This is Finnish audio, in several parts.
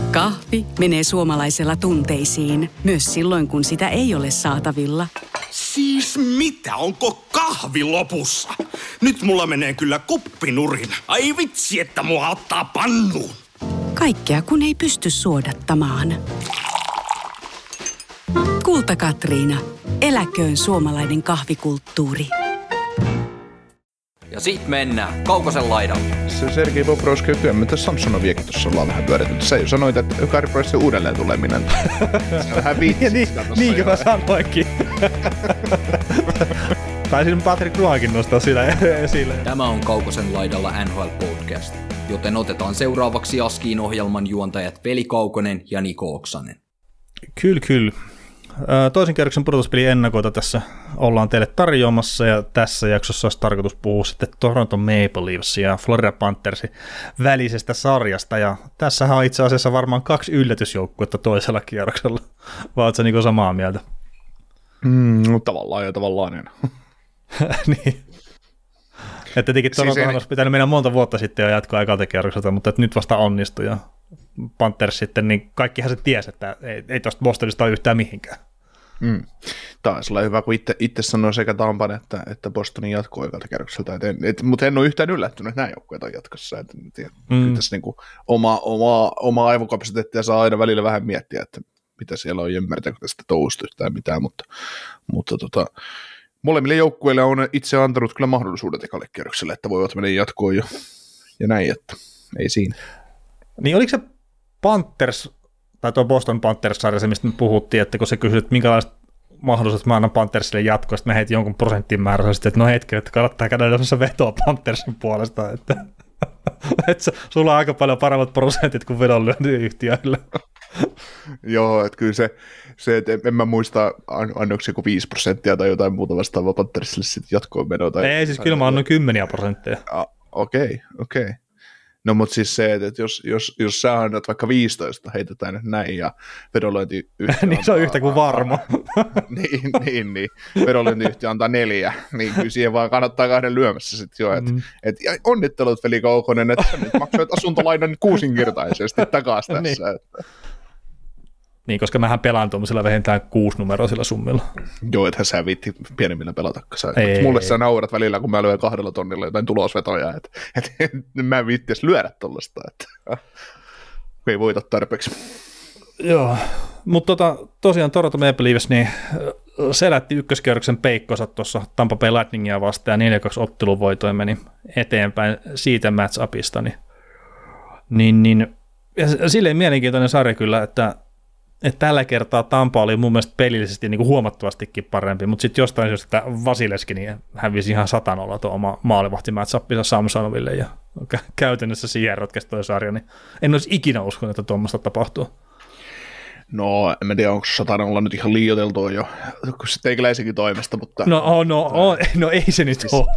Kahvi menee suomalaisella tunteisiin, myös silloin kun sitä ei ole saatavilla. Siis mitä? Onko kahvi lopussa? Nyt mulla menee kyllä kuppinurin. Ai vitsi, että mua ottaa pannuun. Kaikkea kun ei pysty suodattamaan. Kulta Katriina. Eläköön suomalainen kahvikulttuuri. Ja sit mennään Kaukosen laidalle. Se Sergei Bobrovski kyllä, mitä Samsonoviakin tuossa ollaan vähän pyöritetty. Sä jo sanoit, että Kari Pricein uudelleen tuleminen. Se on vähän viitsi. Niinkö mä sanoinkin. Taisin Patrick Roakin nostaa sillä esille. Tämä on Kaukosen laidalla NHL Podcast, joten otetaan seuraavaksi Askiin ohjelman juontajat Veli Kaukonen ja Niko Oksanen. Kyllä. Toisen kierroksen pudotuspeli ennakoita tässä ollaan teille tarjoamassa, ja tässä jaksossa olisi tarkoitus puhua sitten Toronto Maple Leafs ja Florida Panthersin välisestä sarjasta, ja tässähän on itse asiassa varmaan 2 yllätysjoukkuetta toisella kierroksella. Vaat sä Niko samaa mieltä? Tavallaan ja tavallaan en. Niin. Että tietenkin Torontohan olisi pitänyt mennä monta vuotta sitten jo jatkoa ekalta kierrokselta, mutta nyt vasta onnistui, ja Panthers sitten, niin kaikkihan se tiesi, että ei tuosta Bostonista ole yhtään mihinkään. Taisi olla hyvä, kun itse sanoi sekä Tampan että Bostonin jatkoa ekalta kierrokselta, mutta en ole yhtään yllättynyt, että nämä joukkueet on jatkossa. Tässä niin oma aivokapasiteettia saa aina välillä vähän miettiä, että mitä siellä on, ymmärtääkö tästä touhusta tai mitään, mutta molemmille joukkueille on itse antanut kyllä mahdollisuudet ekalle kierrokselle, että voivat mennä jatkoon ja näin, että ei siinä. Niin oliko se Panthers, tai tuo Boston Panthers-sarja, se mistä me puhuttiin, että kun se kysyi, että minkälaiset mahdollisuudet mä annan Panthersille jatkoa, sitten me heitin jonkun prosenttimäärän, että no hetken, että kannattaa käydä tämmöisessä vetoa Panthersin puolesta, että sulla on aika paljon paremmat prosentit kuin vedonlyöntiyhtiöillä. Joo, että kyllä se että en mä muista, annoiko se 5% tai jotain muuta vastaavaa Panthersille sitten jatkoon menoa. Ei, siis kyllä mä annoin 10%. Okei. No mutta siis se, että jos sä annat vaikka 15, heitetään nyt näin, ja vedonlyöntiyhtiö niin se on yhtä kuin varma. niin. Vedonlyöntiyhtiö antaa 4, niin kyllä siihen vaan kannattaa 2 lyömässä sitten jo. Ja onnittelut Veli Kaukonen, että nyt maksoit asuntolainan 6-kertaisesti takaisin tässä. Niin. Niin, koska mähän pelaan tuollaisilla vähintään 6-numeroisilla summilla. Joo, ethän sä viitti pienemmillä pelatakaan. Mulle sä naurat välillä, kun mä lyön 2 tonnilla jotain tulosvetoja, että mä en viitti edes lyödä tuollaista, että ei voita tarpeeksi. Joo, mutta tosiaan Toronto Maple Leafs niin selätti ykköskierroksen peikkonsa tuossa Tampa Bay Lightningia vastaan ja 4-2 otteluvoitoin meni eteenpäin siitä match-upista. Niin, ja silleen mielenkiintoinen sarja kyllä, että tällä kertaa Tampa oli mun mielestä pelillisesti niin kuin huomattavastikin parempi, mutta sitten jostain syystä Vasilevski niin hävisi ihan 100-0 tuo oma maalivahtimatchappinsa Samsonoville, ja käytännössä siihen ratkesi tuo sarja, niin en olisi ikinä uskonut, että tuommoista tapahtuu. No, en mä tiedä, onko 100-0 nyt ihan liioiteltua jo, kun se teikäläisenkin toimesta, mutta... No ei se nyt ole.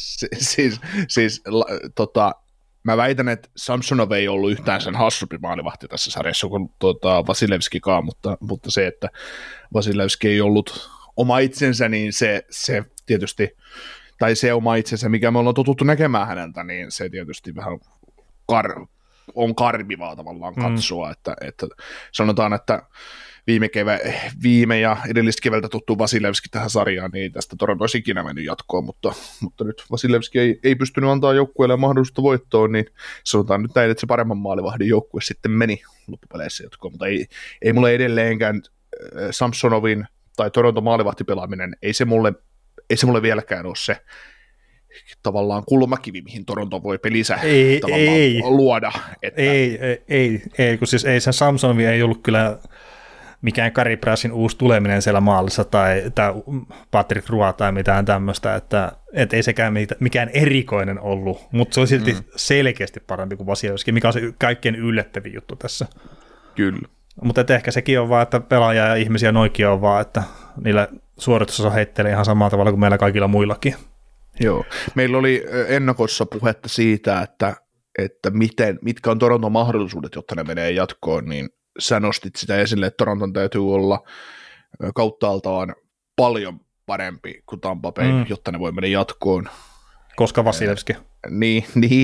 Mä väitän, että Samsonov ei ollut yhtään sen hassumpi maalivahti tässä sarjassa kuin Vasilevskikaan, mutta se, että Vasilevski ei ollut oma itsensä, niin se tietysti, tai se oma itsensä, mikä me ollaan totuttu näkemään häneltä, niin se tietysti vähän on karmivaa tavallaan katsoa, että sanotaan, että viime ja edellistä keväältä tuttu Vasilevski tähän sarjaan, niin tästä Toronto olisi ikinä mennyt jatkoon, mutta nyt Vasilevski ei pystynyt antaa joukkueelle mahdollisuutta voittoon, niin sanotaan nyt näin, että se paremman maalivahdin joukkue sitten meni loppupeleissä jatkoon, mutta ei mulle edelleenkään Samsonovin tai Toronto maalivahtipelaaminen, ei se mulle vieläkään ole se tavallaan kulmakivi, mihin Toronto voi pelinsä luoda. Että... Ei, kun siis ei sen Samsonovi ei ollut kyllä mikään Kari Pricein uusi tuleminen siellä maalissa tai Patrick Roy tai mitään tämmöistä, että ei sekään mikään erikoinen ollut, mutta se oli silti selkeästi parempi kuin Vasilevski, mikä on se kaikkein yllättävin juttu tässä. Kyllä. Mutta ehkä sekin on vaan, että pelaajia ja ihmisiä noikin on vaan, että niillä suoritusosa heittelee ihan samalla tavalla kuin meillä kaikilla muillakin. Joo. Meillä oli ennakossa puhetta siitä, että mitkä on Toronton mahdollisuudet, jotta ne menee jatkoon, niin sä nostit sitä esille, että Toronton täytyy olla kauttaaltaan paljon parempi kuin Tampa Bay, jotta ne voi mennä jatkoon. Koska Vasilevski. Niin,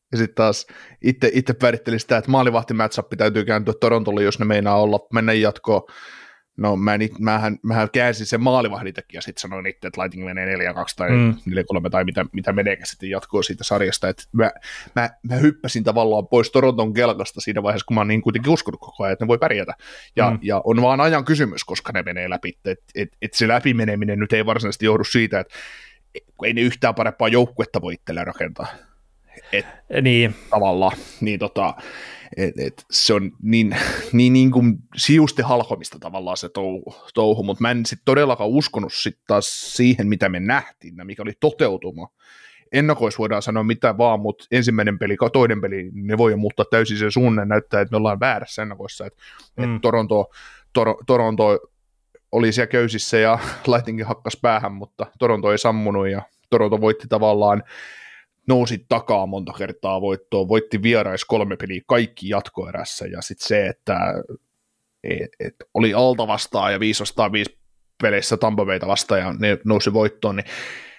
Ja sitten taas itse päättelin sitä, että maalivahti matchup täytyy kääntyä Torontolle, jos ne meinaa mennä jatkoon. No mähän käänsin sen maalivahdin takia ja sitten sanoin itse, että Lightning menee 4-2 tai 4-3 tai mitä meneekään sitten jatkoon siitä sarjasta. Että mä hyppäsin tavallaan pois Toronton kelkasta siinä vaiheessa, kun mä oon niin kuitenkin uskonut koko ajan, että ne voi pärjätä. Ja on vaan ajan kysymys, koska ne menee läpi. Et se läpimeneminen nyt ei varsinaisesti johdu siitä, että ei ne yhtään parempaa joukkuetta voi itselleen rakentaa. Niin. Tavallaan. Niin se on niin kuin siusten halkomista tavallaan se touhu, mutta mä en sitten todellakaan uskonut sitten taas siihen, mitä me nähtiin, mikä oli toteutuma. Ennakois voidaan sanoa mitä vaan, mutta ensimmäinen peli, toinen peli, ne voi muuttaa täysin sen suunnan, näyttää, että me ollaan väärässä ennakoissa, että Toronto oli siellä köysissä ja Lightning hakkas päähän, mutta Toronto ei sammunut ja Toronto voitti tavallaan, nousi takaa monta kertaa voittoon, voitti vierais 3 peliä kaikki jatkoerässä ja sitten se, että oli Alta vastaan ja 5-5 peleissä Tampa Bayta vastaan ja ne nousi voittoon, niin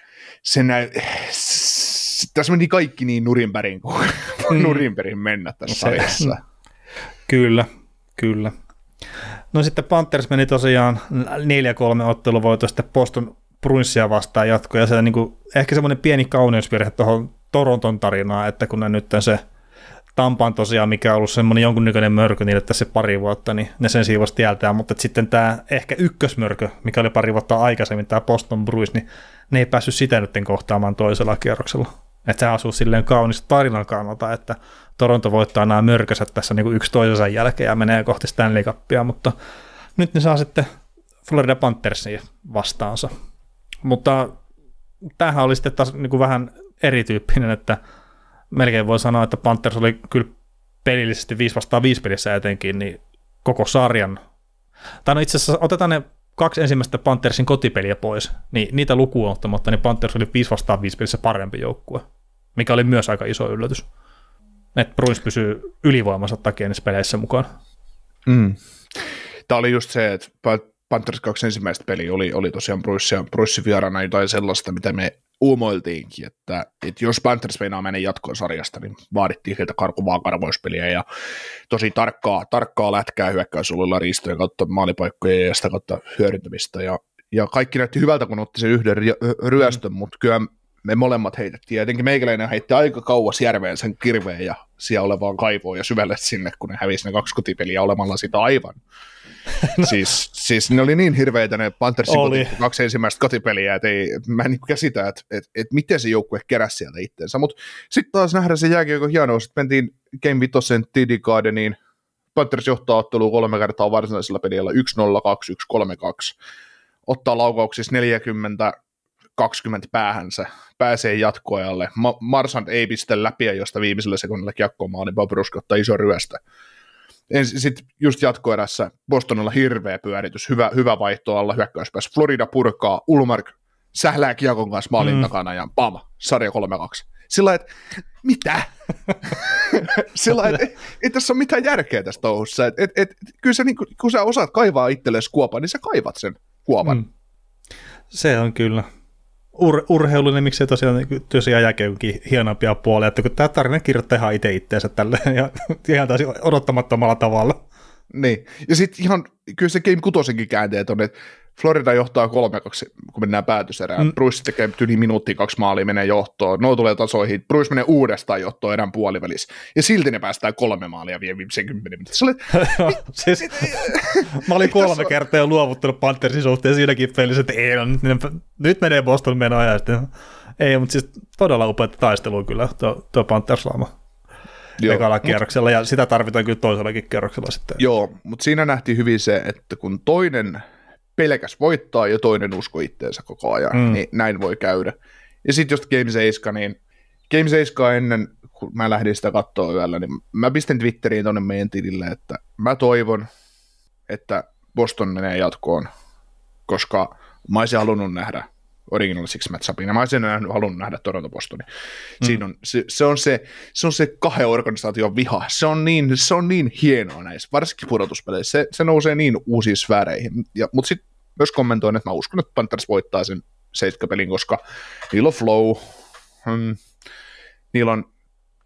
tässä meni kaikki niin nurinpärin kuin nurinpärin mennä tässä sarjassa. Kyllä. No sitten Panthers meni tosiaan 4-3 otteluvoitosta Boston Bruinsia vastaan jatkoon, ja se on niin kuin, ehkä semmoinen pieni kauneusvirhe tuohon Toronton tarinaan, että kun ne nyt se Tampan tosiaan, mikä on ollut semmoinen jonkunnäköinen mörkö niille tässä pari vuotta, niin ne sen siivoisi tieltään, mutta sitten tämä ehkä ykkösmörkö, mikä oli pari vuotta aikaisemmin, tämä Boston Bruins, niin ne ei päässyt sitä nyt kohtaamaan toisella kierroksella. Että se asuu silleen kaunista tarinan kannalta, että Toronto voittaa nämä mörköset tässä niin kuin yksi toisensa jälkeen ja menee kohti Stanley Cupia, mutta nyt ne saa sitten Florida Panthersia vastaansa. Mutta tämähän oli sitten taas niin kuin vähän erityyppinen, että melkein voi sanoa, että Panthers oli kyllä pelillisesti 5-5 pelissä etenkin, niin koko sarjan. Tai no itse asiassa otetaan ne 2 ensimmäistä Panthersin kotipeliä pois, niin niitä lukuun ottamatta, niin Panthers oli 5-5 pelissä parempi joukkue, mikä oli myös aika iso yllätys. Että Bruins pysyy ylivoimansa takia niissä peleissä mukaan. Tämä oli just se, että Panthers 2 ensimmäistä peliä oli tosiaan Bruissin vieraana jotain sellaista, mitä me uumoiltiinkin, että jos Panthers meinaa mennä jatkoon sarjasta, niin vaadittiin heiltä karkuvaa karvoispeliä ja tosi tarkkaa lätkää hyökkäysulilla riistojen kautta maalipaikkoja ja sitä kautta hyödyntämistä. Ja kaikki näytti hyvältä, kun otti sen yhden ryöstön, mutta kyllä me molemmat heitettiin. Ja jotenkin meikäläinen heitti aika kauas järveen sen kirveen ja siellä olevaan kaivoon ja syvälle sinne, kun ne hävisi ne 2 kotipeliä olemalla sitä aivan. Siis ne oli niin hirveitä ne Panthersin 2 ensimmäistä kotipeliä, että mä en käsitä, että miten se joukkue keräsi sieltä itseensä. Mutta sitten taas nähdään se jääkiekon hienous, että mentiin Game 5 TD Gardeniin, Panthers johtaa ottelua 3 kertaa varsinaisella pelillä 1-0, 2-1, 3-2, ottaa laukauksissa 40-20 päähänsä, pääsee jatkoajalle. Marchand ei pistä läpi, josta viimeisellä sekunnilla kiekkoon maali, Bobrovsky ottaa iso ryöstä. Sitten just jatkoerässä Bostonilla hirveä pyöritys, hyvä vaihto alla hyökkäyspäässä. Florida purkaa, Ullmark sählää kiekon kanssa maalin takana ja pam, sarja 3-2. Sillä että mitä? Sillä ei tässä ole mitään järkeä tässä touhussa. Kyllä se, kun sä osaat kaivaa itsellesi kuopan, niin sä kaivat sen kuopan. Se on kyllä. Urheilullinen, miksei tosiaan jääkiekkokin hienompia puolia, että kun tämä tarina kirjoittaa ihan itseensä tälleen ja ihan taisi odottamattomalla tavalla. Niin, ja sitten ihan kyllä se Game 6 käänteet on, että Florida johtaa 3-2, kun mennään päätöserään. Bruce tekee yli minuuttia 2 maalia, menee johtoon. No tulee tasoihin. Bruce menee uudestaan johtoon erään puolivälissä. Ja silti ne päästään 3 maalia vielä viimeisen 10 minuuttia. Siis, mä olin 3 kertaa jo luovuttanut Panthersin suhteen siinäkin pelissä, että ei, nyt menee Boston menoa. Ja sitten, ei, mutta siis todella upeata taistelua kyllä tuo Panthers-laama. Ekalla kierroksella, ja sitä tarvitaan kyllä toisellakin kierroksella sitten. Joo, mutta siinä nähtiin hyvin se, että kun toinen pelkäs voittaa ja toinen usko itteensä koko ajan, niin näin voi käydä. Ja sitten just Game 7, niin Game 7 ennen, kun mä lähdin sitä katsoa yöllä, niin mä pistän Twitteriin tuonne meidän tilille, että mä toivon, että Boston menee jatkoon, koska mä olisin halunnut nähdä Original Six Matchupin, ja mä olisin halunnut nähdä Toronto-Bostonin. Siinä on, se on se 2 organisaation viha. Se on niin hienoa näissä, varsinkin pudotuspeleissä. Se nousee niin uusiin sfääreihin. Mutta sitten myös kommentoin, että mä uskon, että Panthers voittaa sen 7 pelin, koska niillä on flow, niillä on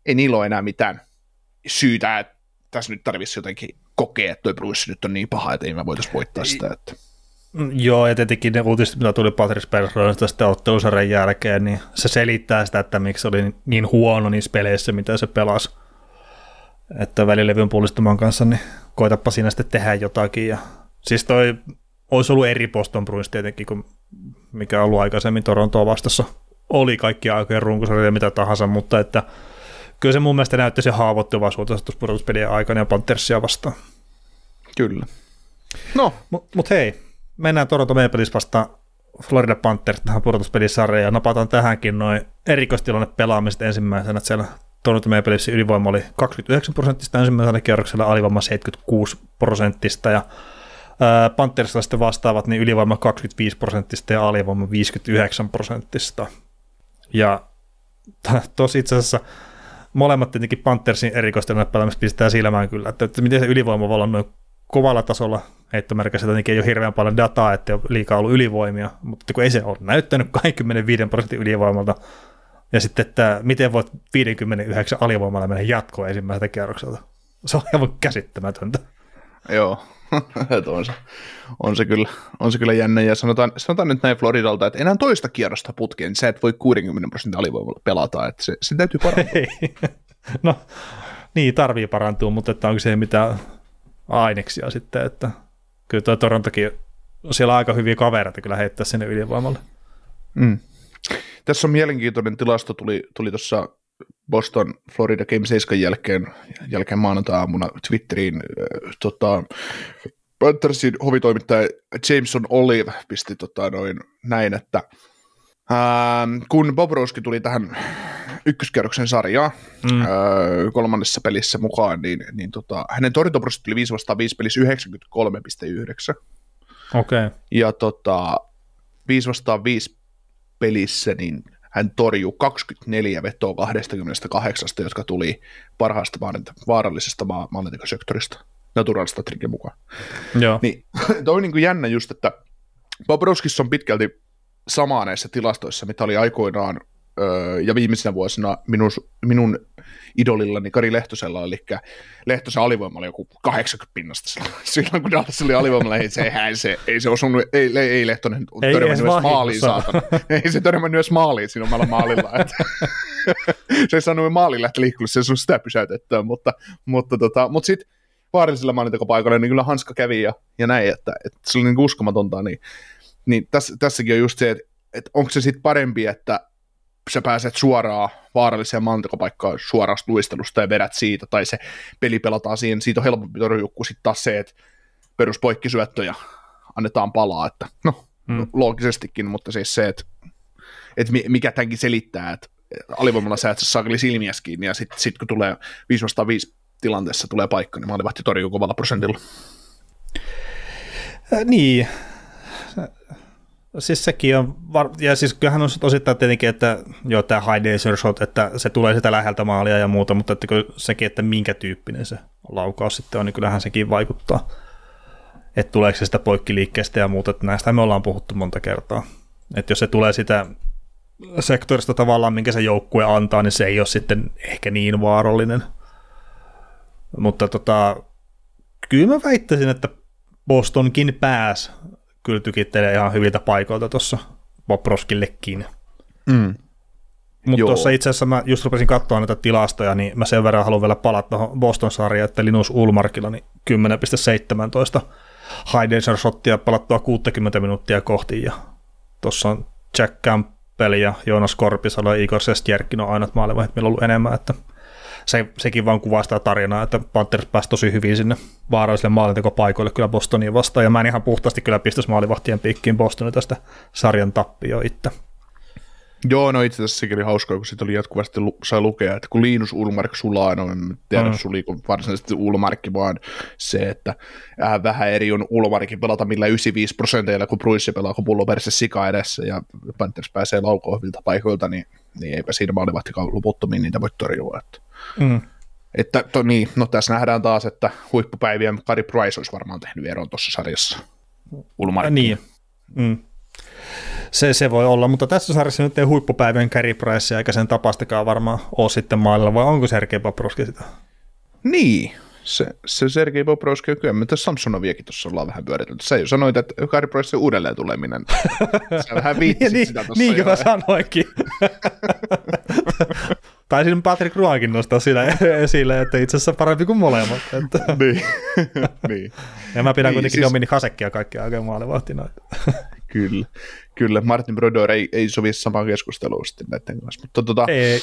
ei niillä ole enää mitään syytä, että tässä nyt tarvitsisi jotenkin kokea, että toi Bruce nyt on niin paha, että ei me voitaisiin voittaa sitä. Että. Joo, ja tietenkin ne uutiset, mitä tuli Patrice Bergeronista sitten ottelusarjan jälkeen, niin se selittää sitä, että miksi oli niin huono niissä peleissä, mitä se pelasi. Että välilevyn pullistuman kanssa, niin koitapa siinä sitten tehdä jotakin. Ja siis toi olisi ollut eri Boston Bruins tietenkin, kuin mikä on ollut aikaisemmin Torontoa vastassa. Oli kaikkia aikojen runkosarjoja mitä tahansa, mutta että kyllä se mun mielestä näytti se haavoittuvaisuutensa tuossa pudotuspelien aikana ja Panthersia vastaan. Kyllä. No. Mut hei, mennään Toronto Maple Leafs vastaan Florida Panthers tähän pudotuspelisarjaan ja napataan tähänkin noin erikoistilanne pelaamiset ensimmäisenä, että siellä Toronto Maple Leafsin ylivoima oli 29% ensimmäisellä kierroksella, alivoima 76% ja Panthersilla sitten vastaavat niin ylivoima 25% ja alivoima 59%. Ja tuossa itse asiassa molemmat tietenkin Panthersin erikoistilanne pelaamista pistää silmään kyllä, että miten se ylivoima voi olla noin kovalla tasolla, heittomerkissä tietenkin ei ole hirveän paljon dataa, että ei ole liikaa ollut ylivoimia, mutta kun ei se ole näyttänyt 25% ylivoimalta, ja sitten, että miten voit 59 alivoimalla mennä jatkoon ensimmäiseltä kierrokselta. Se on aivan käsittämätöntä. Joo, on se kyllä jännä, ja sanotaan nyt näin Floridalta, että enää toista kierrosta putkeen, niin sä et voi 60% alivoimalla pelata, että se täytyy parantua. No, niin tarvii parantua, mutta että onko se mitään aineksia sitten, että kyllä tuo Torontokin, siellä on aika hyviä kavereita kyllä heittää sinne ylivoimalle. Tässä on mielenkiintoinen tilasto, tuli tuossa Boston Florida Game 7 jälkeen maanantai-aamuna Twitteriin Panthersin hovitoimittaja Jameson Olive pisti näin, että kun Bobrovski tuli tähän ykköskierroksen sarjaan kolmannessa pelissä mukaan, niin hänen torjuntaprosentti oli 5-5 pelissä 93,9. Okei. Ja 5-5 pelissä niin hän torjui 24 vetoa 28, jotka tuli parhaasta vaarallisesta maalintekosektorista naturaalista trikin mukaan. Joo. Niin, toi on niin kuin jännä just, että Bobrovskissa on pitkälti samaa näissä tilastoissa, mitä oli aikoinaan ja viimeisinä vuosina minun idolillani Kari Lehtosella, eli Lehtosen alivoima oli joku 80% silloin, kun Dallas oli alivoimalla, ei se osunut, ei Lehtonen törmännyt edes maaliin, saatana. Ei se törmännyt edes maaliin siinä omalla maalilla. Se ei saanut maaliin lähteä liikkumaan, se ei sun sitä pysäytettyä, mutta sitten vaarallisella maalintekopaikalla niin kyllä hanska kävi ja näin, että se oli niin uskomatonta, niin tässäkin on just se, että onko se sitten parempi, että sä pääset suoraan vaaralliseen maalintekopaikkaan suorasta luistelusta ja vedät siitä, tai se peli pelataan siihen, siitä on helpompi torjua kuin sitten taas se, että peruspoikkisyöttöjä annetaan palaa, että loogisestikin, mutta siis se, että mikä tämänkin selittää, että alivoimalla sä et saa saakeli silmiäs kiinni, ja sitten kun tulee 5-5 tilanteessa tulee paikka, niin maalivahti torjuu kovalla prosentilla. Niin. Siis sekin on, ja siis kyllähän on osittain tietenkin, että joo, tämä high danger shot, että se tulee sitä läheltä maalia ja muuta, mutta että sekin, että minkä tyyppinen se laukaus sitten on, niin kyllähän sekin vaikuttaa. Että tuleeko se sitä poikkiliikkeestä ja muuta, että näistä me ollaan puhuttu monta kertaa. Että jos se tulee sitä sektorista tavallaan, minkä se joukkue antaa, niin se ei ole sitten ehkä niin vaarallinen. Mutta kyllä mä väittäisin, että Bostonkin pääsi kyllä tykittelee ihan hyviltä paikoilta tuossa Bobrovskillekin. Mutta tuossa itse asiassa mä just rupesin katsoa näitä tilastoja, niin mä sen verran haluan vielä palata tuohon Boston-sarjaan, että Linus Ullmarkilla niin 10,17 high danger shottia pelattua 60 minuuttia kohti, ja tuossa on Jack Campbell ja Joonas Korpisalo ja Igor Sestjärkin on ainoat maalivahit, meillä on ollut enemmän, että sekin vaan kuvaa sitä tarinaa, että Panthers pääsi tosi hyvin sinne vaarallisille maalintekopaikoille kyllä Bostonia vastaan, ja mä en ihan puhtaasti kyllä pistäisi maalivahtien piikkiin Bostonia tästä sarjan tappioon itse. Joo, no itse asiassa sekin oli hauskaa, kun siitä oli jatkuvasti sai lukea, että kun Linus Ullmark sulaa, no en tiedä, suliko varsinaisesti Ullmarkki, vaan se, että vähän eri on Ullmarkin pelata millä 95%, kun Bruce pelaa, kun pullo perse sika edessä, ja Panthers pääsee laukoon hyviltä paikoilta, niin eipä siinä maalivahtikaan loputtomiin niitä voi torjua. Että niin, no tässä nähdään taas, että huippupäivien Carey Price olisi varmaan tehnyt eron tuossa sarjassa Ullmarkkiin. Niin. Se voi olla, mutta tässä sarjassa nyt ei huippupäivien Carey Price eikä sen tapaistakaan varmaan ole sitten maalilla, vai onko Sergei Bobrovski sitä? Niin, se Sergei Bobrovski on kyllä, mutta Samsonoviakin tuossa ollaan vähän pyöritelty. Sä jo sanoit, että Carey Price uudelleen tuleminen. Sä vähän viittisit sitä tuossa. Niin kuin mä sanoinkin. Taisin Patrick Roykin nostaa sitä esille, että itse asiassa parempi kuin molemmat. niin. Ja mä pidän kuitenkin Dominik Hasekkia kaikkia oikein maalivahtina. Kyllä. Martin Brodeur ei sovi samaan keskusteluun sitten näiden kanssa. Mutta ei.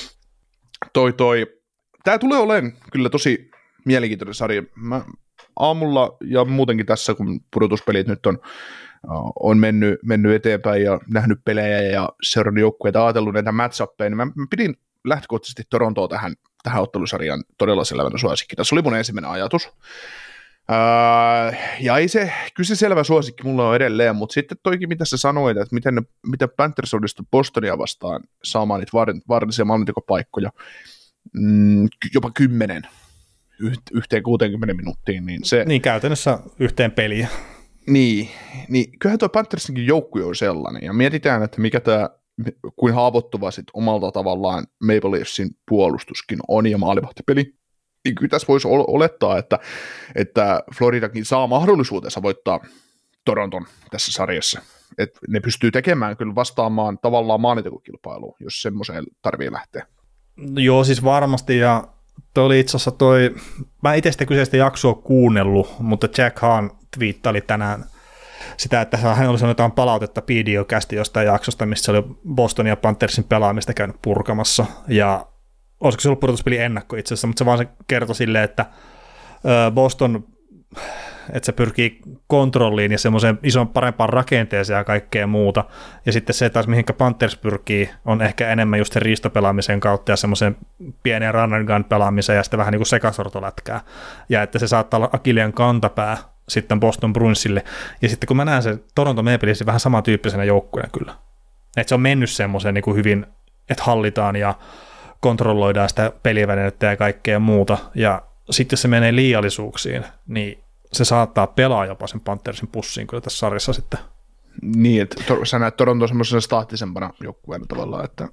Tämä tulee olemaan kyllä tosi mielenkiintoinen sarja. Mä aamulla ja muutenkin tässä, kun pudotuspelit nyt on mennyt eteenpäin ja nähnyt pelejä ja seurannut joukkueita, ajatellut näitä match-uppeja, niin mä pidin lähtökohtaisesti Torontoa tähän ottelusarjaan todella selvänä suosikki. Tässä oli mun ensimmäinen ajatus. Ja ei kyllä se selvä suosikki mulla on edelleen, mutta sitten toikin, mitä sä sanoit, että miten Panthers onnistui Bostonia vastaan saamaan niitä vaarallisia maalintekopaikkoja, jopa 10 yhteen 60 minuuttiin. Niin käytännössä yhteen peliin. Niin kyllähän tuo Panthersinkin joukkue on sellainen, ja mietitään, että mikä tämä, kuin haavoittuva sit omalta tavallaan Maple Leafsin puolustuskin on, ja maalivahtipeli, niin kyllä tässä voisi olettaa, että Floridakin saa mahdollisuutensa voittaa Toronton tässä sarjassa. Että ne pystyy tekemään kyllä vastaamaan tavallaan maalintekokilpailuun, jos semmoiseen tarvii lähteä. Joo, siis varmasti, ja toi oli itse asiassa mä itse sitä kyseistä jaksoa kuunnellut, mutta Jack Hahn twiittaili tänään sitä, että hän oli sanonut jotain palautetta PDO-kästi jostain jaksosta, missä oli Boston ja Panthersin pelaamista käynyt purkamassa, ja olisiko se ollut pudotuspeli ennakko itse asiassa, mutta se vaan se kertoi silleen, että Boston, että se pyrkii kontrolliin ja semmoiseen ison parempaan rakenteeseen ja kaikkea muuta, ja sitten se taas, mihinkä Panthers pyrkii, on ehkä enemmän just sen riistopelaamisen kautta ja semmoisen pienen run and gun pelaamisen ja sitten vähän niin kuin sekasortolätkää, ja että se saattaa olla Akilian kantapää sitten Boston Bruinsille, ja sitten kun mä näen sen Toronto Maple Leafsin vähän samantyyppisenä joukkueena kyllä, että se on mennyt semmoiseen niin kuin hyvin, että hallitaan ja kontrolloidaan sitä pelivälinettä ja kaikkea muuta, ja sitten jos se menee liiallisuuksiin, niin se saattaa pelaa jopa sen Panthersin pussiin kyllä tässä sarjassa sitten. Niin, että sä näet Torontoa semmoisena staattisempana joukkueena tavallaan, että...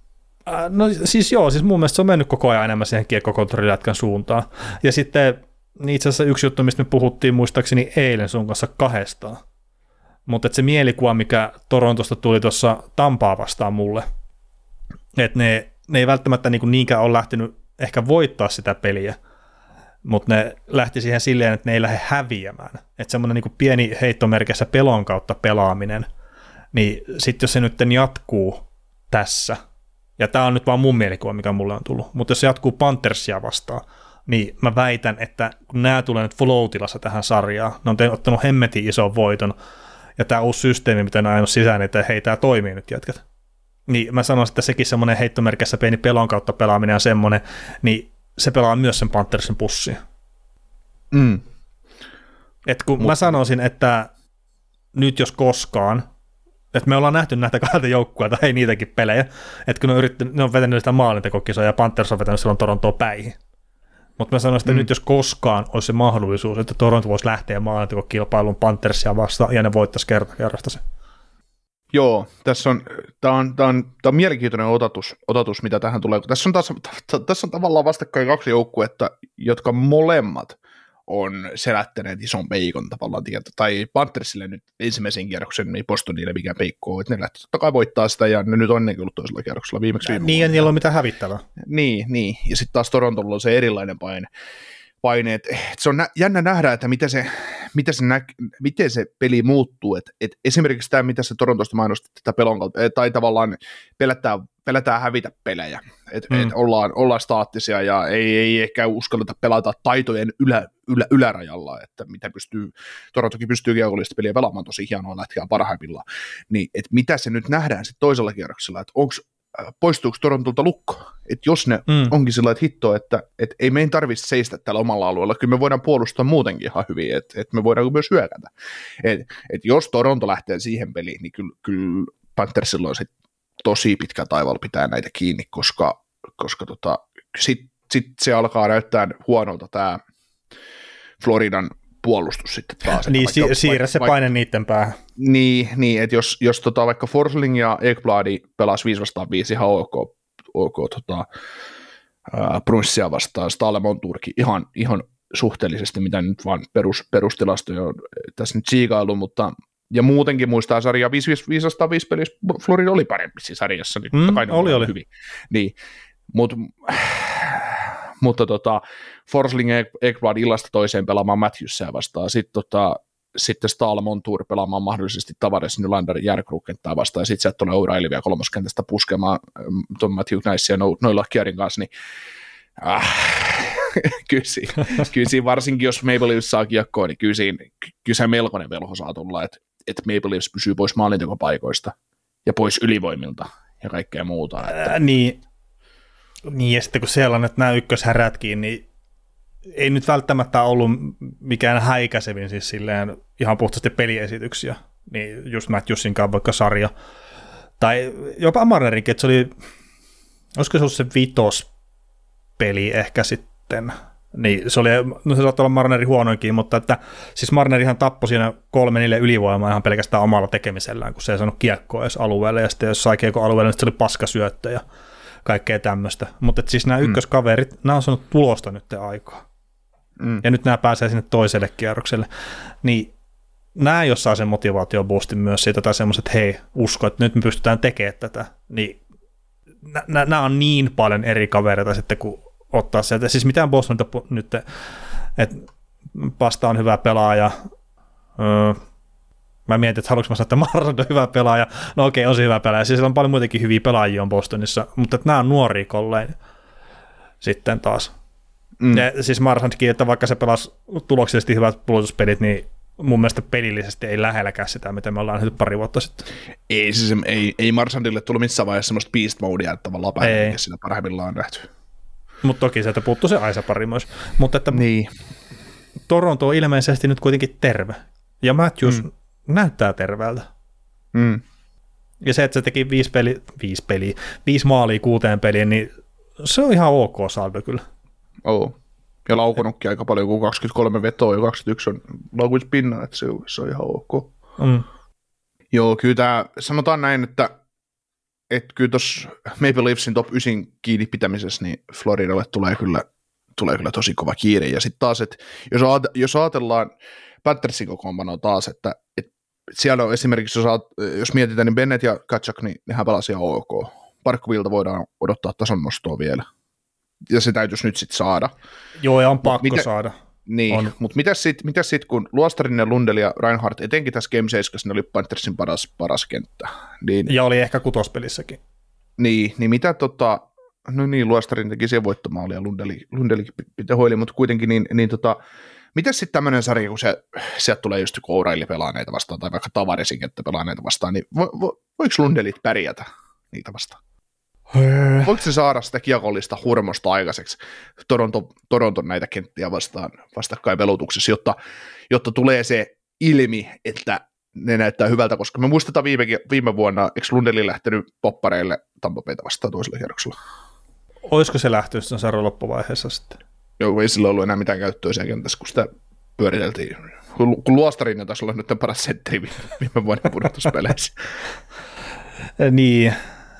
No siis joo, siis mun mielestä se on mennyt koko ajan enemmän siihen kiekkokontrollilätkän suuntaan. Ja sitten niin itse asiassa yksi juttu, mistä me puhuttiin muistaakseni eilen sun kanssa kahdestaan, mutta se mielikuva, mikä Torontosta tuli tuossa Tampaa vastaan mulle, että ne ei välttämättä niinkään ole lähtenyt ehkä voittaa sitä peliä, mutta ne lähti siihen silleen, että ne ei lähde häviämään. Että semmoinen niin pieni heittomerkissä pelon kautta pelaaminen, niin sitten jos se nyt jatkuu tässä, ja tämä on nyt vaan mun mielikuva, mikä mulle on tullut, mutta jos se jatkuu Panthersia vastaan, niin mä väitän, että kun nämä tulee nyt flow-tilassa tähän sarjaan, ne on ottanut hemmetin ison voiton, ja tämä uusi systeemi, mitä ne on ajanut sisään, että hei, tämä toimii nyt jätkät. Niin mä sanoisin, että sekin semmoinen heittomerkissä pieni pelon kautta pelaaminen ja semmoinen, niin se pelaa myös sen Panthersin pussiin. Et kun mä sanoisin, että nyt jos koskaan, että me ollaan nähty näitä kahta joukkueita, ei niitäkin pelejä, että kun ne on vetänyt sitä maalintekokisoa ja Panthers on vetänyt silloin Torontoa päihin. Mutta mä sanoisin, että nyt jos koskaan olisi se mahdollisuus, että Toronto voisi lähteä maalintekokilpailuun Panthersia vastaan ja ne voittaisi kerrasta se. Joo, tämä on mielenkiintoinen otatus, mitä tähän tulee. Tässä on tavallaan vastakkain kaksi joukkuetta, jotka molemmat on selättäneet ison peikon tavallaan tietä. Tai Panthersille nyt ensimmäisen kierroksen, niin Bostonille mikään peikko, että ne lähti totta kai voittaa sitä, ja ne nyt on ennenkin ollut toisella kierroksella viimeksi viime niin, ja niillä on mitään hävittävää. Niin, ja sitten taas Torontolla on se erilainen paine, että se on jännä nähdä, että miten se peli muuttuu, että esimerkiksi tämä, mitä se Torontosta mainosti, tätä pelon kautta, tai tavallaan pelätään hävitä pelejä, että ollaan staattisia ja ei ehkä uskalleta pelata taitojen ylärajalla, että mitä Torontokin pystyy kiekollista peliä pelaamaan tosi hienoa lätkää parhaimmillaan, niin että mitä se nyt nähdään sitten toisella kierroksella, että poistuuko Torontolta lukko, että jos ne onkin sillä että hitto, että ei meidän tarvitse seistä tällä omalla alueella, kyllä me voidaan puolustaa muutenkin ihan hyvin, että me voidaan myös hyökätä, että jos Toronto lähtee siihen peliin, niin kyllä Panthersilla on sitten tosi pitkä taivaalla pitää näitä kiinni, koska sit se alkaa näyttää huonolta tämä Floridan puolustus sitten taas. Niin, siirrä se paine niiden päähän. Niin että jos vaikka Forsling ja Ekbladi pelas 5-5 ihan ok Brunssia vastaan, Stahle Montourkin ihan suhteellisesti, mitä nyt vaan perustilastoja on tässä nyt siikailu, mutta ja muutenkin muistaa sarjaa 5-5 pelissä, Florida oli parempi siinä sarjassa, niin oli. Hyvin. Niin, mutta Forsling ja Ekblad illasta toiseen pelaamaan Matthewsia vastaan, sitten Stahle Montour pelaamaan mahdollisesti Tavares, Nylander, Järkrukentaa vastaan, ja sitten sieltä tulee O'Reilly vielä kolmoskentästä puskemaan tuon Matthew Nice ja Noilla Kierin kanssa, niin kyllä siinä varsinkin, jos Maple Leafs saa kiekkoa, niin kyllä se melkoinen velho saa tulla, että Maple Leafs pysyy pois maalintekopaikoista ja pois ylivoimilta ja kaikkea muuta. Niin, ja sitten kun siellä on nämä ykköshärätkin, niin ei nyt välttämättä ollut mikään häikäisevin siis silleen ihan puhtaasti peliesityksiä, niin just Matthewsin kanssa vaikka sarja, tai jopa Marnerinkin, että se oli, olisiko se ollut se vitospeli ehkä sitten, niin se oli, no se saattoi olla Marnerin huonoinkin, mutta että siis Marnerihan tappoi siinä 3-4 ylivoimaa ihan pelkästään omalla tekemisellään, kun se ei saanut kiekkoa edes alueelle, ja sitten jos sai kiekko alueelle, niin se oli paskasyöttö ja kaikkea tämmöistä, mutta siis nämä ykköskaverit, nämä on saanut tulosta nyt aikaa. Ja nyt nämä pääsee sinne toiselle kierrokselle, niin nämä jos saa sen motivaatioboostin myös siitä, tai semmoiset, että hei, usko, että nyt me pystytään tekemään tätä, niin nämä on niin paljon eri kavereita sitten, kun ottaa sieltä, siis mitään Boston nyt, että Pasta on hyvä pelaaja, mä mietin, että haluanko mä sanoa, että Marchand on hyvä pelaaja, no okei, on se hyvä pelaaja, siis on paljon muitakin hyviä pelaajia on Bostonissa, mutta että nämä on nuoria kolleja sitten taas. Ja siis Marchandkin, että vaikka se pelasi tuloksellisesti hyvät puolustuspelit, niin mun mielestä pelillisesti ei lähelläkään sitä, mitä me ollaan nyt pari vuotta sitten. Ei Marchandille tullut missään vaiheessa semmoista beast modea, että tavallaan päivänkin sitä parhaimmillaan on nähty. Mutta toki sieltä puuttuu se Aisa-pari myös. Mutta että niin. Toronto on ilmeisesti nyt kuitenkin terve. Ja Matthews näyttää terveeltä. Ja se, että se teki 5 maalia 6 peliin, niin se on ihan ok saldo kyllä. Ja laukonutkin aika paljon, kun 23 vetoa ja 21 on laukuispinna, että se on ihan ok. Joo, kyllä tämä, sanotaan näin, että kyllä tuossa Maple Leafsin top 9 kiinni pitämisessä, niin Floridalle tulee kyllä tosi kova kiire. Ja sitten taas, että jos ajatellaan Panthersin kokoonpanoa taas, että siellä on esimerkiksi, jos mietitään, niin Bennett ja Tkachuk, niin nehän pelasi ihan ok. Parkkovilta voidaan odottaa tason nostoa vielä. Ja se täytyisi nyt sitten saada. Joo, ja on pakko saada. Niin, mutta mitäs sitten, kun Luostarinen, Lundell ja Reinhardt, etenkin tässä Game 7, ne oli Panthersin paras kenttä. Niin, ja oli ehkä kutospelissäkin. Niin mitä no niin, Luostarin teki sen voittomaali ja Lundellikin pitää hoili, mutta kuitenkin, mitäs sitten tämmöinen sarja, kun sieltä tulee just joku O'Reilly pelaa näitä vastaan, tai vaikka Tavaresin kenttä pelaa näitä vastaan, niin voiko Lundellit pärjätä niitä vastaan? Voiko se saada sitä kiekollista hurmosta aikaiseksi Toronton näitä kenttiä vastakkain pelutuksessa, jotta tulee se ilmi, että ne näyttää hyvältä, koska me muistetaan viime vuonna, eikö Lundellin lähtenyt poppareille Tampa Bayta vastaan toisella kierroksella? Olisiko se lähtenyt sen sarjan loppuvaiheessa sitten? Joo, ei sillä ollut enää mitään käyttöä siellä kentässä, kun sitä pyöriteltiin. Kun Luostarin taisi olla nyt paras sentteri viime vuoden pudotuspeleissä. Niin.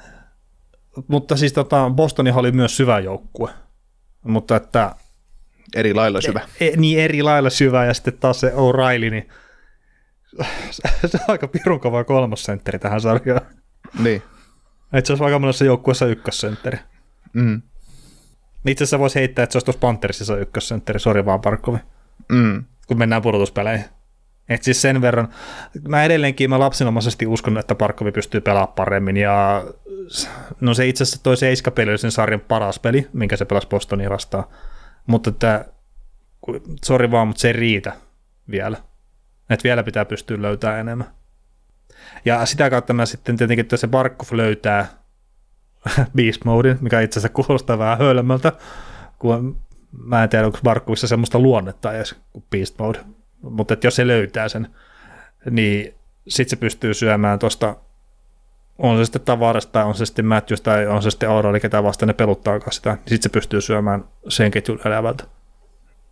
Mutta siis Bostonihan oli myös syvä joukkue, mutta että eri lailla syvä. Niin eri lailla syvä, ja sitten taas se O'Reilly, niin se on aika pirun kova kolmosentteri tähän sarjaan. Niin. Että se olisi aika monessa joukkueessa ykkössentteri. Itse asiassa voisi heittää, että se olisi tuossa Panthersissa ykkössentteri, sori vaan Parkkovi, kun mennään pudotuspeleihin. Että siis sen verran, mä lapsenomaisesti uskon, että Parkkovi pystyy pelaamaan paremmin, ja no se itse asiassa toi seiskapeli oli sen sarjan paras peli, minkä se pelasi Bostonia vastaan, mutta että, sori vaan, mutta se ei riitä vielä, että vielä pitää pystyä löytämään enemmän. Ja sitä kautta mä sitten tietenkin, että se Barkov löytää Beast Modin, mikä itse asiassa kuulostaa vähän hölmöltä, kun mä en tiedä, onko Barkovissa semmoista luonnetta edes kuin Beast Mode. Mutta jos se löytää sen, niin sitten se pystyy syömään tuosta, on se sitten Tavaresta tai on se sitten Matthews tai on se sitten Aura, eli ketä vastaan ne peluttaakaan sitä, niin sitten se pystyy syömään sen ketjun elävältä.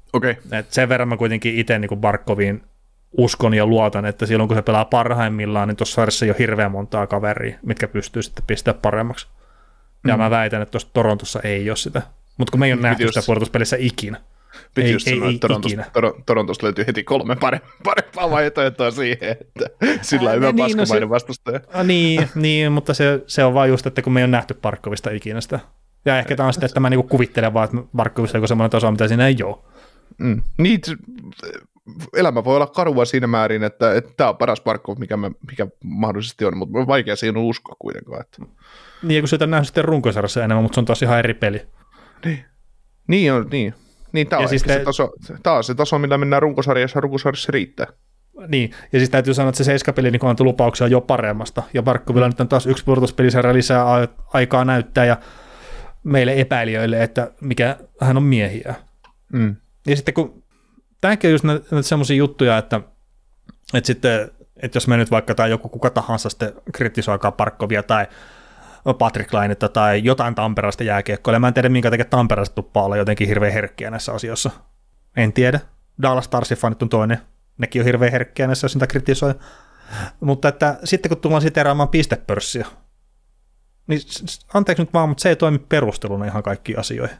Okei. Et sen verran mä kuitenkin itse niin Barkoviin uskon ja luotan, että silloin kun se pelaa parhaimmillaan, niin tuossa sarjassa ei ole hirveän montaa kaveria, mitkä pystyy sitten pistämään paremmaksi. Ja mä väitän, että tuossa Torontossa ei ole sitä. Mutta kun me ei ole nähty sitä pudotuspelissä ikinä. Piti just sanoa, että Torontosta löytyy heti 3 parempaa vaihtoehtoa siihen, että sillä on hyvä paskamainen vastustaja. Niin, mutta se on vaan just, että kun me ei ole nähty Barkovista ikinä sitä. Ja ehkä tämä on sitten, että mä niinku kuvittelen vaan, että Barkovissa on joku semmoinen taso, mitä siinä ei ole. Niin, elämä voi olla karua siinä määrin, että tämä on paras Barkov, mikä mahdollisesti on, mutta on vaikea siihen uskoa kuitenkaan. Että. Niin, ja kun sitä on nähnyt sitten runkosarjassa enemmän, mutta se on taas ihan eri peli. Niin on, niin. Niin, tämä on, siis se taso, millä mennään runkosarjassa riittää. Niin, ja siis täytyy sanoa, että se 7-peli niin antoi lupauksia jo paremmasta, ja Barkovilla nyt on taas 1 pudotuspelisarja lisää aikaa näyttää, ja meille epäilijöille, että mikä hän on miehiä. Ja sitten kun, tämäkin on just näitä semmoisia juttuja, että jos me nyt vaikka tai joku kuka tahansa sitten kritisoikaa Barkovia tai Patrick Lainetta tai jotain Tampereesta jääkiekkoa, mä en tiedä minkä takia Tampereesta tuppaa olla jotenkin hirveän herkkiä näissä asioissa. En tiedä. Dallas Starsin fanit on toinen. Nekin on hirveän herkkiä näissä, jos niitä kritisoi. Mutta että sitten kun tullaan siteeraamaan pistepörssiä, niin anteeksi nyt vaan, mutta se ei toimi perusteluna ihan kaikkiin asioihin.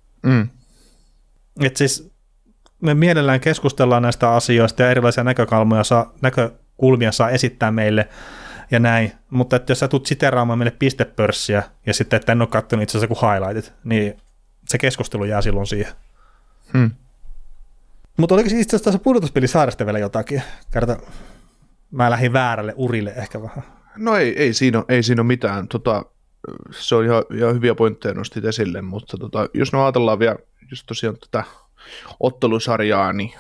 Että siis me mielellään keskustellaan näistä asioista ja erilaisia näkökulmia saa esittää meille ja näin, mutta että jos sä tulet siteraamaan meille pistepörssiä ja sitten, että en ole katsonut itse asiassa kuin highlightit, niin se keskustelu jää silloin siihen. Mutta oliko itse asiassa tässä pudotuspelisaaresta vielä jotakin? Mä lähdin väärälle urille ehkä vähän. No ei siinä ole mitään. Se on ihan hyviä pointteja nostit esille, mutta jos me ajatellaan vielä just tosiaan tätä ottelusarjaa, niin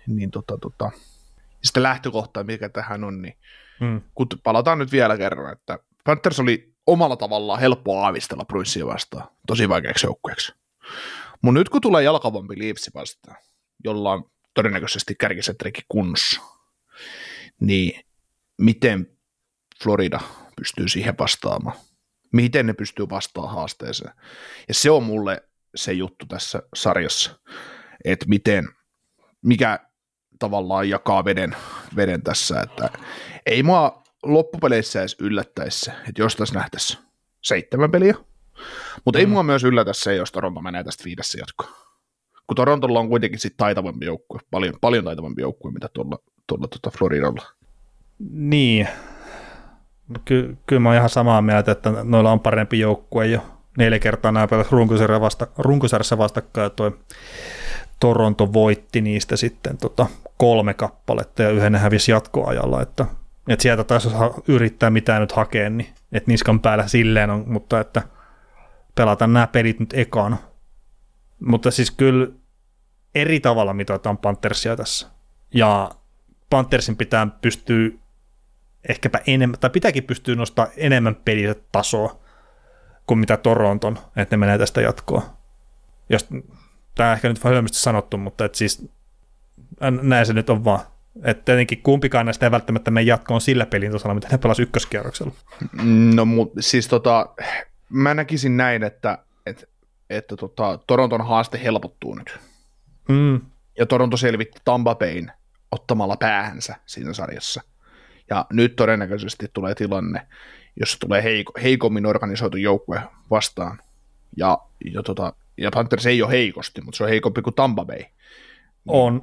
sitä lähtökohtaa, mikä tähän on, niin kun palataan nyt vielä kerran, että Panthers oli omalla tavallaan helppo aavistella Bruinsia vastaan, tosi vaikeaksi joukkueeksi. Mutta nyt kun tulee jalkavampi Leafs vastaan, jolla on todennäköisesti kärkisetterikin kunnossa, niin miten Florida pystyy siihen vastaamaan? Miten ne pystyy vastaamaan haasteeseen? Ja se on mulle se juttu tässä sarjassa, että mikä tavallaan jakaa veden tässä, että ei mua loppupeleissä edes yllättäisi se, että jos tässä nähtäisiin 7 peliä, mutta ei mua myös yllätä se, jos Toronto menee tästä 5 jatkoon. Kun Torontolla on kuitenkin sitten taitavampi joukkue, paljon taitavampi joukkue, mitä tuolla Floridalla. Niin, kyllä mä oon ihan samaa mieltä, että noilla on parempi joukkue jo. 4 kertaa nämä pelas runkosarjassa vastakkain, ja toi Toronto voitti niistä sitten 3 kappaletta, ja 1 hävisi jatkoajalla, että sieltä taisi yrittää mitään nyt hakea, niin että niskan päällä silleen on, mutta että pelataan nämä pelit nyt ekana. Mutta siis kyllä eri tavalla mitataan Panthersia tässä, ja Panthersin pitää pystyä ehkäpä enemmän, tai pitääkin pystyä nostamaan enemmän peliä tasoa kuin mitä Toronton, että ne menee tästä jatkoa. Tämä on ehkä nyt hölmösti sanottu, mutta et siis näin se nyt on vaan. Että tietenkin kumpikaan näistä ei välttämättä mene jatkoon sillä pelin tasolla, mitä ne pelasi ykköskierroksella. No siis mä näkisin näin, että Toronton haaste helpottuu nyt. Ja Toronto selvitti Tampa Bayn ottamalla päähänsä siinä sarjassa. Ja nyt todennäköisesti tulee tilanne, jossa tulee heikommin organisoitu joukkue vastaan. Ja Panthers ei ole heikosti, mutta se on heikompi kuin Tampa Bay. On.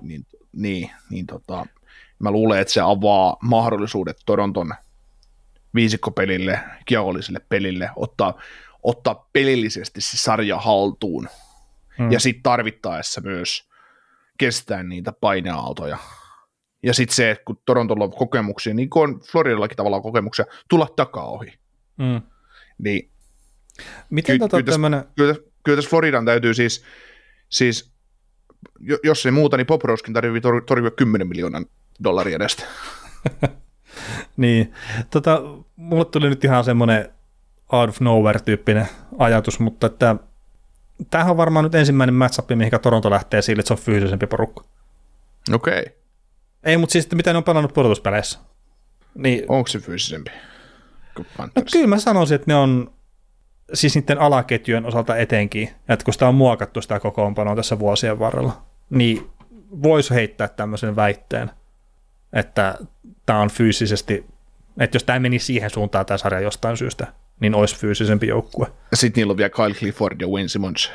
Mä luulen, että se avaa mahdollisuudet Toronton viisikkopelille, kiekolliselle pelille, ottaa pelillisesti se sarja haltuun. Ja sitten tarvittaessa myös kestää niitä paineaaltoja. Ja sitten se, että kun Torontolla on kokemuksia, niin kuin on Floridallakin tavallaan kokemuksia, tulla takaa ohi. Niin, miten kyllä tässä Floridan täytyy siis jos ei muuta, niin Bobrovskin tarvitsee torjua $10 miljoonan edestä. Niin, mulle tuli nyt ihan semmoinen out of nowhere-tyyppinen ajatus, mutta että tämähän on varmaan nyt ensimmäinen match-up, mihin Toronto lähtee sille, että se on fyysisempi porukka. Okei. Ei, mutta siis miten ne on pelannut pudotuspeleissä. Niin, onko se fyysisempi kuin Panthers? No, kyllä mä sanoisin, että ne on siis niiden alaketjujen osalta etenkin, että kun sitä on muokattu sitä kokoonpanoa tässä vuosien varrella, niin voisi heittää tämmöisen väitteen, että tämä on fyysisesti, että jos tämä meni siihen suuntaan tämä sarja jostain syystä, niin olisi fyysisempi joukkue. Sitten niillä on vielä Kyle Clifford ja Wayne Simmons.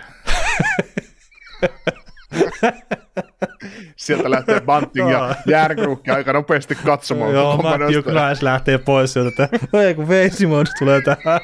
Sieltä lähtee Bunting ja Järnkrukki aika nopeasti katsomaan. Joo, Matthew Knies lähtee pois sieltä, että kun Wayne Simmons tulee tähän.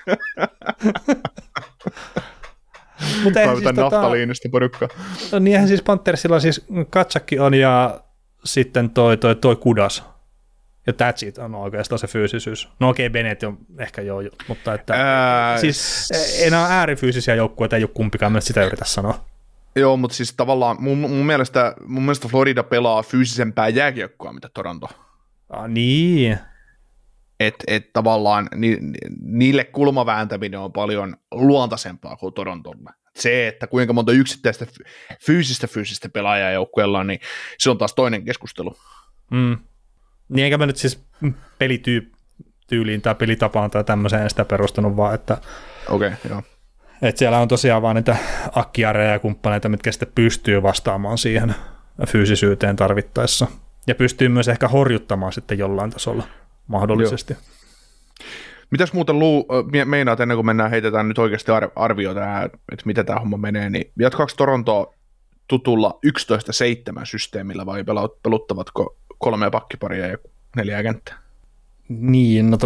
Mutta siis naftaliinista porukkaa. No niinhän siis Panthersilla siis Katsakki on ja sitten toi Kudas. Ja that's it on oikeastaan se fyysisyys. No okei, Bennett on ehkä joo, mutta että siis enää äärifyysisiä joukkueita ei ole kumpikaan, mä sitä yritä sanoa. Joo, mutta siis tavallaan mun mielestä Florida pelaa fyysisempää jääkiekkoa, mitä Toronto. Niin. Et tavallaan niille kulmavääntäminen on paljon luontaisempaa kuin Torontolle. Se, että kuinka monta yksittäistä fyysistä pelaajaa joukkueella on, niin se on taas toinen keskustelu. Niin eikä mä nyt siis pelityyliin tai pelitapaan tai tämmöiseen sitä perustanut, vaan että joo. Että siellä on tosiaan vaan niitä akkiareja ja kumppaneita, mitkä sitten pystyy vastaamaan siihen fyysisyyteen tarvittaessa. Ja pystyy myös ehkä horjuttamaan sitten jollain tasolla mahdollisesti. Joo. Mitäs muuten meinaat ennen kuin heitetään nyt oikeasti arvio tähän, että miten tämä homma menee, niin jatkaako Toronto tutulla 11-7 systeemillä vai peluttavatko 3 pakkiparia ja 4 kenttää? Niin, no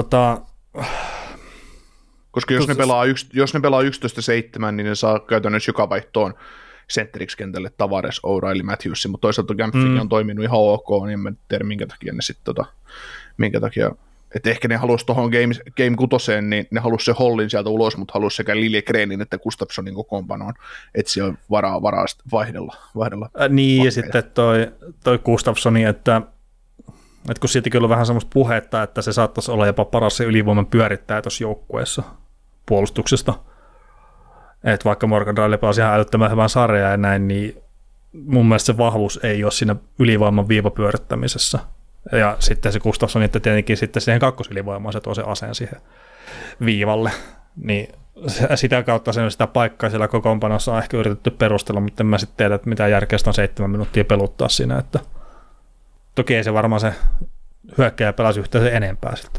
koska jos ne pelaa 11-7, niin ne saa käytännössä joka vaihtoon sentteriksi kentälle Tavares, O'Reilly, Matthewsin, mutta toisaalta Kämpfikin on toiminut ihan ok, niin en mä tiedä minkä takia, että ehkä ne halusi tuohon Game 6, niin ne halusi se Hollin sieltä ulos, mutta halusi sekä Liljegrenin että Gustafssonin kokoonpanoon, että siellä on varaa vaihdella. Niin, ja sitten toi Gustafssoni, että kun siitäkin on vähän semmoista puhetta, että se saattaisi olla jopa paras se ylivoiman pyörittäjä tuossa joukkueessa puolustuksesta. Että vaikka Morgan Rielly pelasi ihan älyttömän hyvän sarjaa ja näin, niin mun mielestä se vahvuus ei ole siinä ylivoiman viivapyörittämisessä. Ja sitten se Gustafsson, että tietenkin sitten siihen kakkosylivoimaan se tuo se aseen siihen viivalle. Niin sitä kautta sen sitä paikkaa siellä kokoonpanossa on ehkä yritetty perustella, mutta en mä sitten tiedä, että mitä järkeä on 7 minuuttia peluttaa siinä. Että toki ei se varmaan se hyökkäjä pelasi yhtään se enempää sitten.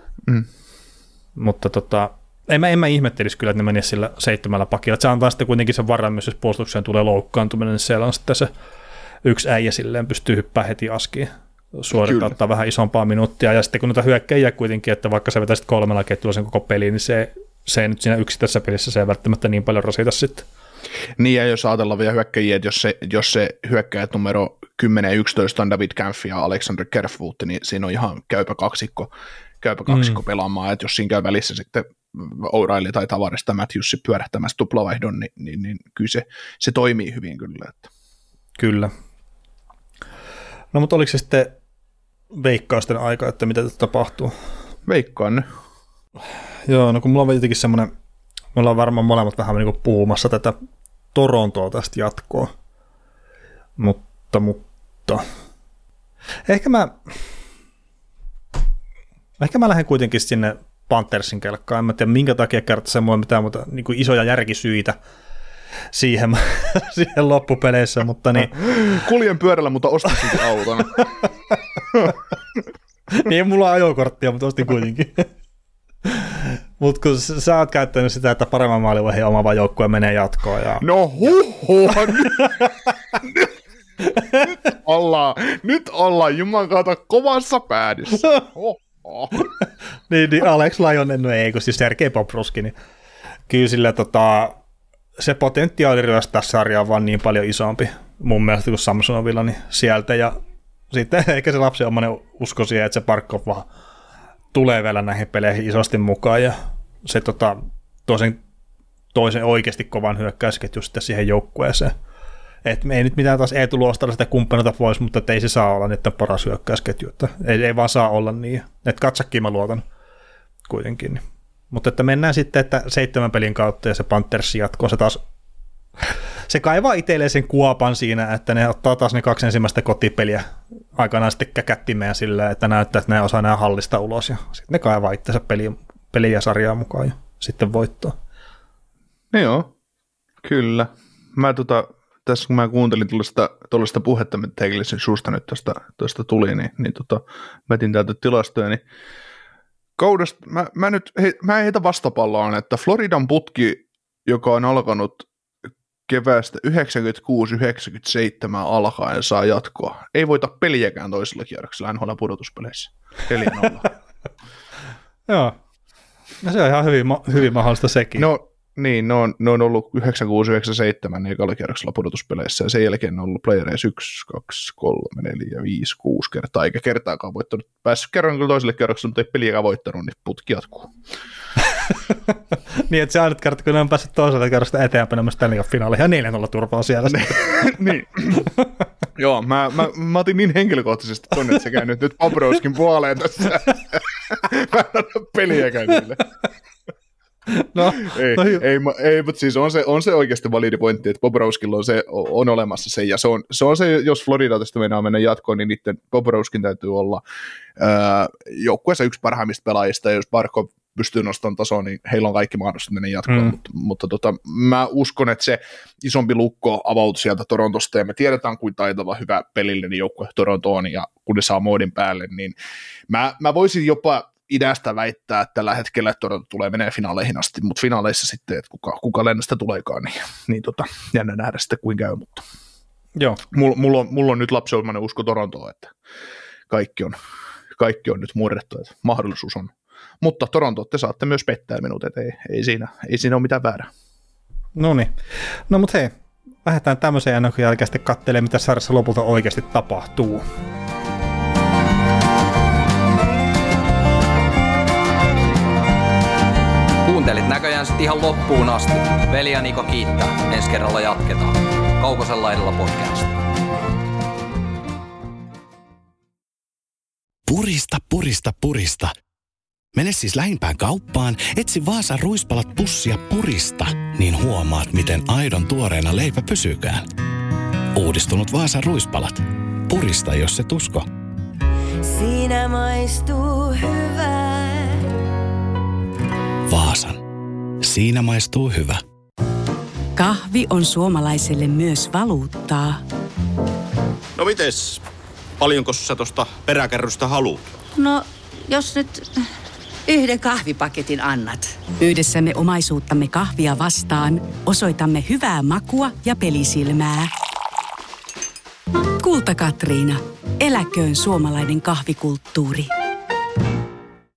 Mutta en mä ihmettelisi kyllä, että ne menisi sillä 7 pakilla. Se antaa sitten kuitenkin sen varan myös, jos puolustukseen tulee loukkaantuminen, niin siellä on sitten se yksi äijä silleen pystyy hyppää heti askiin. Suorittaa ottaa vähän isompaa minuuttia, ja sitten kun noita hyökkäjiä kuitenkin, että vaikka sä vetäisit 3 ketjulla sen koko peliin, niin se ei nyt siinä yksittäisessä pelissä se ei välttämättä niin paljon rasita sitten. Niin, ja jos ajatellaan vielä hyökkäjiä, että jos se hyökkäjät numero 10 ja 11 on David Kampf ja Alexander Kerfoot, niin siinä on ihan käypä kaksikko pelaamaan, että jos siinä käy välissä sitten O'Reilly tai Tavares tai Matthews pyörähtämässä tuplavaihdon, niin kyllä se toimii hyvin kyllä. Että. Kyllä. No, mutta oliko se sitten veikkausten aika, että mitä tapahtuu? Veikkaan nyt. Joo, no kun mulla on jotenkin semmoinen, me ollaan varmaan molemmat vähän niin kuin puhumassa tätä Torontoa tästä jatkoa, mutta ehkä mä lähden kuitenkin sinne Panthersin kelkkaan, en mä tiedä minkä takia kertaa semmoinen mitään muuta niin kuin isoja järkisyitä siihen loppupeleissä, mutta niin. Kuljen pyörällä, mutta ostin siitä auton. Niin, mulla on ajokorttia, mutta ostin kuitenkin. Mutta kun sä oot käyttänyt sitä, että paremman maalivaihin oma joukkue menee jatkoon. Ja. No nyt ollaan jumakauta kovassa päädyssä. niin, Alex Lyonen, no ei, kun siis Sergei Bobrovski, niin kyllä sillä se potentiaali ryöstää sarjaa on vaan niin paljon isompi mun mielestä kuin Samsonovilla niin sieltä, ja sitten ehkä se lapsi omainen usko siihen, että se Barkov vaan tulee vielä näihin peleihin isosti mukaan, ja se toisen oikeasti kovan hyökkäysketju sitten siihen joukkueeseen. Et me ei nyt mitään taas Eetu luostella sitä kumppanilta pois, mutta ei se saa olla niiden paras hyökkäysketju, että ei vaan saa olla niin. Että Katsakkiin mä luotan kuitenkin. Mutta että mennään sitten, että 7 pelin kautta ja se Panthers jatkoo, se kaivaa itselleen sen kuopan siinä, että ne ottaa taas ne 2 ensimmäistä kotipeliä aikanaan sitten käkättimeen sillä, että näyttää, että ne osaa nää hallista ulos ja sitten ne kaivaa itsensä peliä ja sarjaa mukaan ja sitten voittaa. No joo, kyllä. Mä tässä kun mä kuuntelin tuollaista puhetta, mitä Teikillisen suusta nyt tuosta tuli, niin mä etin täältä tilastoja, niin kaudesta, mä heitän vastapalloon, että Floridan putki, joka on alkanut keväästä 96-97 alkaen saa jatkoa. Ei voita peliäkään toisella kierroksella NHL-pudotuspeleissä. 4-0. Joo. No se on ihan hyvin mahdollista sekin. No niin, ne on ollut 96-97 ekalla kierroksella pudotuspeleissä, ja sen jälkeen ne on ollut playereissa 1, 2, 3, 4, 5, 6 kertaa, eikä kertaakaan voittanut. Päässyt kerran kyllä toiselle kierrokselle, mutta ei peliäkään voittanut, niin putki jatkuu. Niin, että se ainut kerta, kun ne on päässyt toiselle kerrosta eteenpäin, myös Stanley Cup-finaaliin, ja 4-0 turpaa siellä. Niin. Joo, mä otin niin henkilökohtaisesti tonne, että se käy nyt Bobrowskin puoleen tässä. Mä en anna peliäkään niille. Ei, mutta siis on se oikeasti validi pointti, että Bobrowskilla on olemassa se, ja se on se, jos Florida tästä meinaa mennä jatkoon, niin niiden Bobrowskin täytyy olla joukkueessa yksi parhaimmista pelaajista, ja jos Barkov pystyy nostamaan tasoa, niin heillä on kaikki mahdollisuus mennä jatkoon, mutta mä uskon, että se isompi lukko avautui sieltä Torontosta, ja me tiedetään, kuin taitava hyvä pelillinen joukkue Toronto on, ja kun ne saa moodin päälle, niin mä voisin jopa idästä väittää, että tällä hetkellä Toronto tulee menee finaaleihin asti, mutta finaaleissa sitten, että kuka lennästä tuleekaan, niin jännä nähdä sitten kuin käy, mutta joo. Mulla on nyt lapsioimainen usko Torontoon, että kaikki on nyt murrettu, että mahdollisuus on. Mutta Toronto, te saatte myös pettää minut, että ei siinä ole mitään väärää. Noniin. No mutta hei, lähdetään tämmöisen ennakon jälkeen sitten katselemaan, mitä sarjassa lopulta oikeasti tapahtuu. Kuuntelit näköjään sitten ihan loppuun asti. Veli ja Niko kiittää. Ensi kerralla jatketaan. Kaukosen laidalla podcast. Purista, purista, purista. Mene siis lähimpään kauppaan, etsi Vaasan ruispalat pussia purista, niin huomaat, miten aidon tuoreena leipä pysykään. Uudistunut Vaasan ruispalat. Purista, jos se usko. Siinä maistuu hyvää. Vaasan. Siinä maistuu hyvä. Kahvi on suomalaiselle myös valuuttaa. No mites? Paljonko sä tosta peräkärrystä haluat? No, jos nyt yhden kahvipaketin annat. Yhdessämme omaisuuttamme kahvia vastaan osoitamme hyvää makua ja pelisilmää. Kulta Katriina. Eläköön suomalainen kahvikulttuuri.